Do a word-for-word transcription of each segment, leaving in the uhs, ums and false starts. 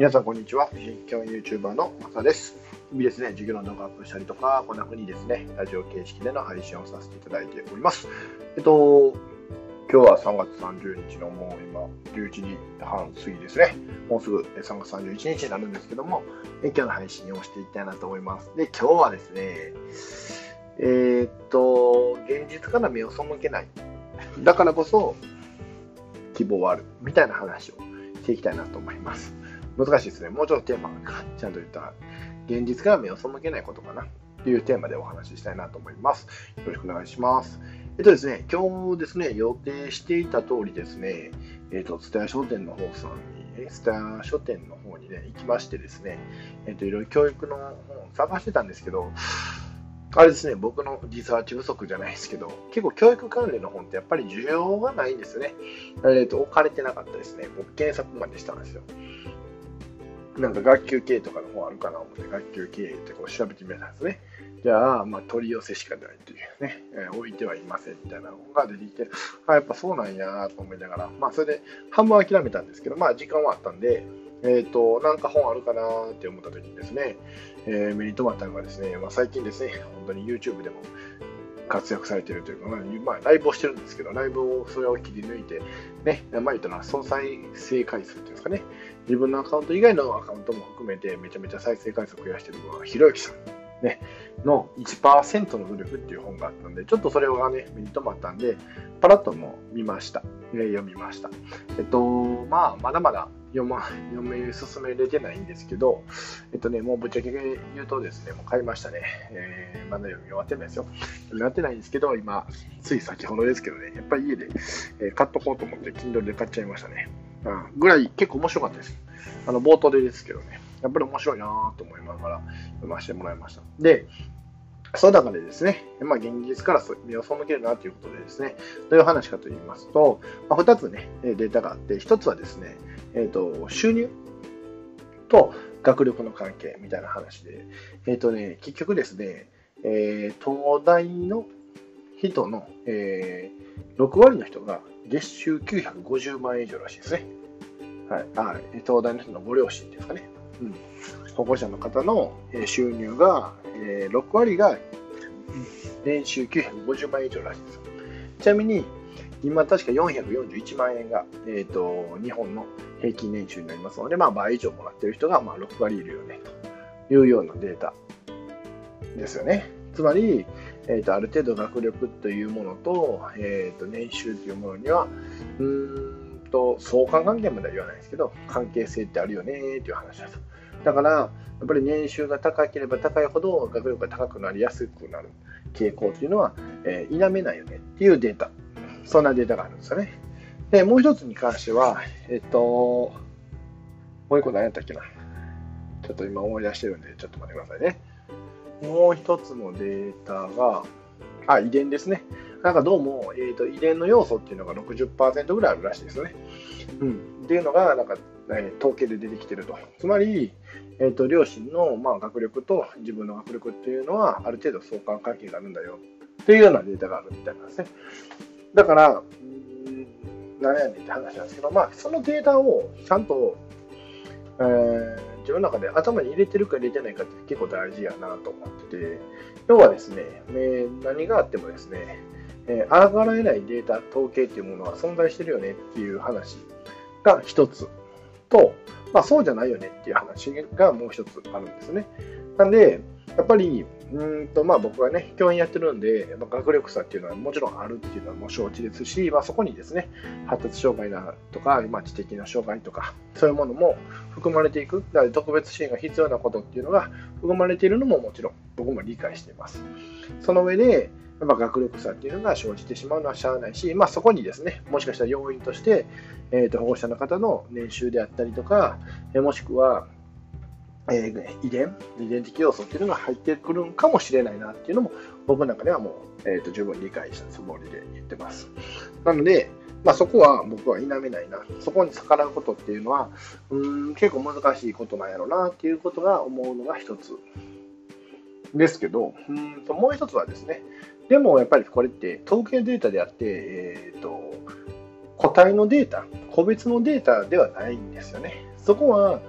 皆さんこんにちは。実況 YouTuber のまさです。日々ですね、授業の動画をアップしたりとか、こんな風にですね、ラジオ形式での配信をさせていただいております。えっと、今日はさんがつさんじゅうにちのもう今、じゅういちじはん過ぎですね。もうすぐさんがつさんじゅういちにちになるんですけども、今日の配信をしていきたいなと思います。で、今日はですね、えー、っと、現実から目を背けない。だからこそ、希望はある。みたいな話をしていきたいなと思います。難しいですね。もうちょっとテーマがちゃんと言ったら、現実から目を背けないことかなっていうテーマでお話ししたいなと思います。よろしくお願いします。えっとですね、今日ですね、予定していた通りですね、えっと、蔦屋書店の方さんに、蔦屋書店の方にね、行きましてですね、えっと、いろいろ教育の本を探してたんですけど、あれですね、僕のリサーチ不足じゃないですけど、結構教育関連の本ってやっぱり需要がないんですよね。えっと、置かれてなかったですね。僕検索までしたんですよ。なんか学級経営とかの方あるかな思って学級経営ってこう調べてみたんですね。じゃあ、まあ、取り寄せしかないというね、えー、置いてはいませんみたいなのが出てきて、あ、やっぱそうなんやと思いながら、まあ、それで半分諦めたんですけど、まあ、時間はあったんで、えっと、なんか本あるかなって思った時にですね、えー、目に留まったのがですね、まあ、最近ですね、本当に YouTube でも活躍されているというか、まあ、ライブをしてるんですけど、ライブをそれを切り抜いて、ね、まあ言ったのは総再生回数っていうんですかね、自分のアカウント以外のアカウントも含めてめちゃめちゃ再生回数を増やしているのはひろゆきさん、ね、の いちパーセント の努力っていう本があったんで、ちょっとそれがね、目に留まったんで、パラッとも見ました。読みました。えっと、まあ、まだまだ読ま、読み進めれてないんですけど、えっとね、もうぶっちゃけ言うとですね、もう買いましたね。えー、まだ読み終わってないですよ。読み終わってないんですけど、今、つい先ほどですけどね、やっぱり家で、えー、買っとこうと思って、Kindle で買っちゃいましたね。うん、ぐらい結構面白かったです。あの、冒頭でですけどね、やっぱり面白いなぁと思いながら読ませてもらいました。で、そうだからですね、まあ、現実から目を背けるなということでですね、どういう話かと言いますと、まあ、ふたつね、データがあって、ひとつはですね、えっと、収入と学力の関係みたいな話で、えっとね、結局ですね、えー、東大の人の、えー、ろくわりの人が月収きゅうひゃくごじゅうまんえん以上らしいですね。はい、あ、東大の人のご両親ですかね。うん、保護者の方の収入が、えー、ろくわりが年収きゅうひゃくごじゅうまんえん以上らしいです。ちなみに今確かよんひゃくよんじゅういちまんえんが、えー、と日本の平均年収になりますので、まあ、倍以上もらっている人がまあろくわりいるよねというようなデータですよね。つまり、えー、とある程度学力というものと、えー、と年収というものにはうーんと相関関係までは言わないですけど、関係性ってあるよねという話です。だからやっぱり年収が高ければ高いほど学力が高くなりやすくなる傾向というのは、えー、否めないよねっていうデータ、そんなデータがあるんですよね。で、もう一つに関しては、えっと、もう一個何やったっけな。ちょっと今思い出してるんで、ちょっと待ってくださいね。もう一つのデータが、あ、遺伝ですね。なんかどうも、えーと、遺伝の要素っていうのが ろくじゅっパーセント ぐらいあるらしいですよね。うん。っていうのが、なんか、えー、統計で出てきてると。つまり、えーと、両親の、まあ、学力と自分の学力っていうのは、ある程度相関関係があるんだよ。っていうようなデータがあるみたいなんですね。だから、何やねんって話なんですけど、まあ、そのデータをちゃんと、えー、自分の中で頭に入れてるか入れてないかって結構大事やなと思ってて、要はですね、えー、何があってもですね、えー、上がらえないデータ、統計っていうものは存在してるよねっていう話が一つと、まあ、そうじゃないよねっていう話がもう一つあるんですね。なんで、やっぱり、うんとまあ、僕はね、教員やってるんで、まあ、学力差っていうのはもちろんあるっていうのはもう承知ですし、まあ、そこにですね、発達障害だとか、まあ、知的な障害とか、そういうものも含まれていく、だから特別支援が必要なことっていうのが含まれているのももちろん僕も理解しています。その上で、やっぱ学力差っていうのが生じてしまうのはしゃあないし、まあ、そこにですね、もしかしたら要因として、えーと、保護者の方の年収であったりとか、もしくは、えー、遺伝、遺伝的要素っていうのが入ってくるかもしれないなっていうのも僕の中ではもう、えーと、十分理解したつもりで言ってます。なので、まあ、そこは僕は否めないな。そこに逆らうことっていうのはうーん結構難しいことなんやろうなっていうことが思うのが一つですけど、うーんともう一つはですね、でもやっぱりこれって統計データであって、えーと、個体のデータ、個別のデータではないんですよね。そこは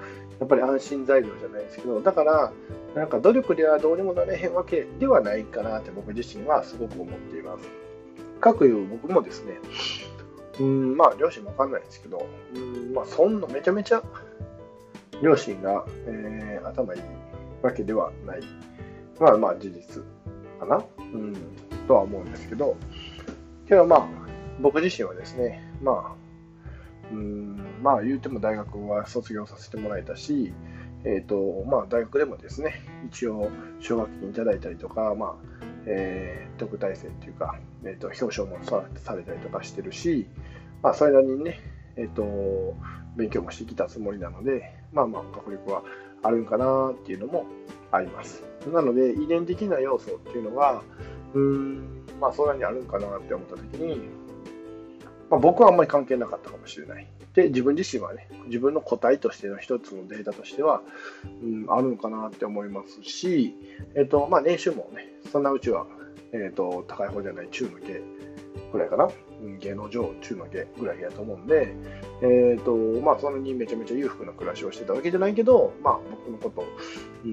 やっぱり安心材料じゃないですけど、だからなんか努力ではどうにもなれへんわけではないかなって僕自身はすごく思っています。かくいう僕もですね、うん、まあ両親もわかんないんですけど、うん、まあそんなめちゃめちゃ両親が、えー、頭いいわけではない。まあまあ事実かな、うん、とは思うんですけど、けどまあ僕自身はですね、まあ、うん、まあ言うても大学は卒業させてもらえたし、えーとまあ、大学でもですね、一応奨学金いただいたりとか、まあえー、特待生っていうか、えーと表彰もさされたりとかしてるし、まあ、それなりにね、えーと勉強もしてきたつもりなので、まあまあ学力はあるんかなっていうのもあります。なので遺伝的な要素っていうのがうーんまあそんなにあるんかなって思った時に、まあ、僕はあんまり関係なかったかもしれない。で、自分自身はね、自分の個体としての一つのデータとしては、うん、あるのかなって思いますし、えっと、まあ年収もね、そんなうちは、えっと、高い方じゃない中の下ぐらいかな。芸能上、中の下ぐらいやと思うんで、えっと、まあそんなにめちゃめちゃ裕福な暮らしをしてたわけじゃないけど、まあ僕のことを、うん、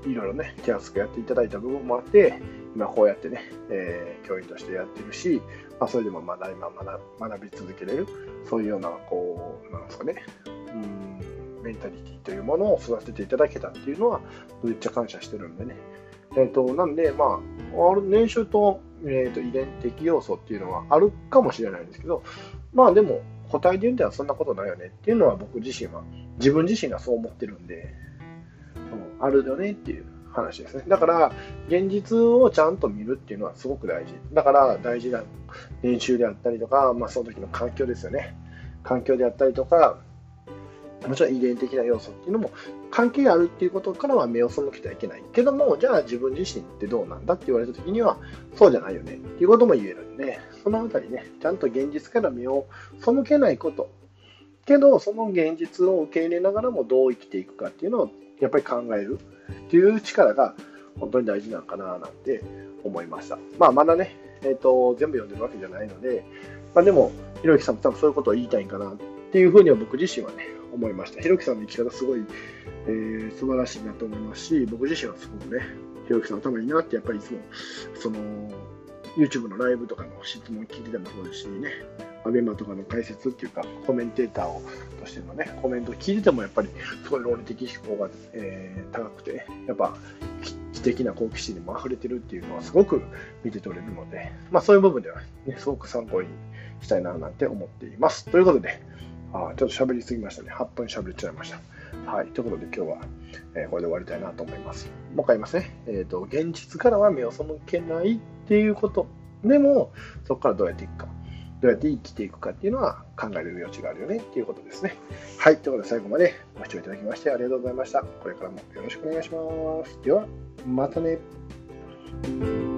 いろいろね、手厚くやっていただいた部分もあって、今こうやってね、えー、教員としてやってるし、まあ、それでもまだ今学、学び続けれる、そういうような、こう、なんですかね、うん、メンタリティというものを育てていただけたっていうのは、めっちゃ感謝してるんでね。えっと、なんで、まあ、年収と、えー、と遺伝的要素っていうのはあるかもしれないんですけど、まあでも、個体で言うてはそんなことないよねっていうのは僕自身は、自分自身がそう思ってるんで、うん、あるよねっていう話ですね。だから、現実をちゃんと見るっていうのはすごく大事。だから、大事な練習であったりとか、まあ、その時の環境ですよね。環境であったりとか、もちろん遺伝的な要素っていうのも関係あるっていうことからは目を背けてはいけないけども、じゃあ自分自身ってどうなんだって言われた時にはそうじゃないよねっていうことも言えるんで、そのあたりね、ちゃんと現実から目を背けないことけど、その現実を受け入れながらもどう生きていくかっていうのをやっぱり考えるっていう力が本当に大事なのかななんて思いました。まあまだね、えーと、全部読んでるわけじゃないので、まあ、でもひろゆきさんも多分そういうことを言いたいんかなっていうふうには僕自身はね思いました。ひろゆきさんの生き方すごい、えー、素晴らしいなと思いますし、僕自身はすごくね、ひろゆきさん頭いいなってやっぱりいつもその YouTube のライブとかの質問聞いててもそうですしね、アベマとかの解説っていうかコメンテーターをとしてのねコメントを聞いててもやっぱりすごい論理的思考が、えー、高くて、やっぱ知的な好奇心にも溢れてるっていうのはすごく見て取れるので、まあそういう部分ではねすごく参考にしたいななんて思っています。ということで、あちょっと喋りすぎましたね。はっぷん喋っちゃいました。はい。ということで今日は、えー、これで終わりたいなと思います。もう一回言いますね。えっと、現実からは目を背けないっていうことでも、そこからどうやっていくか。どうやって生きていくかっていうのは考える余地があるよねっていうことですね。はい。ということで最後までご視聴いただきましてありがとうございました。これからもよろしくお願いします。では、またね。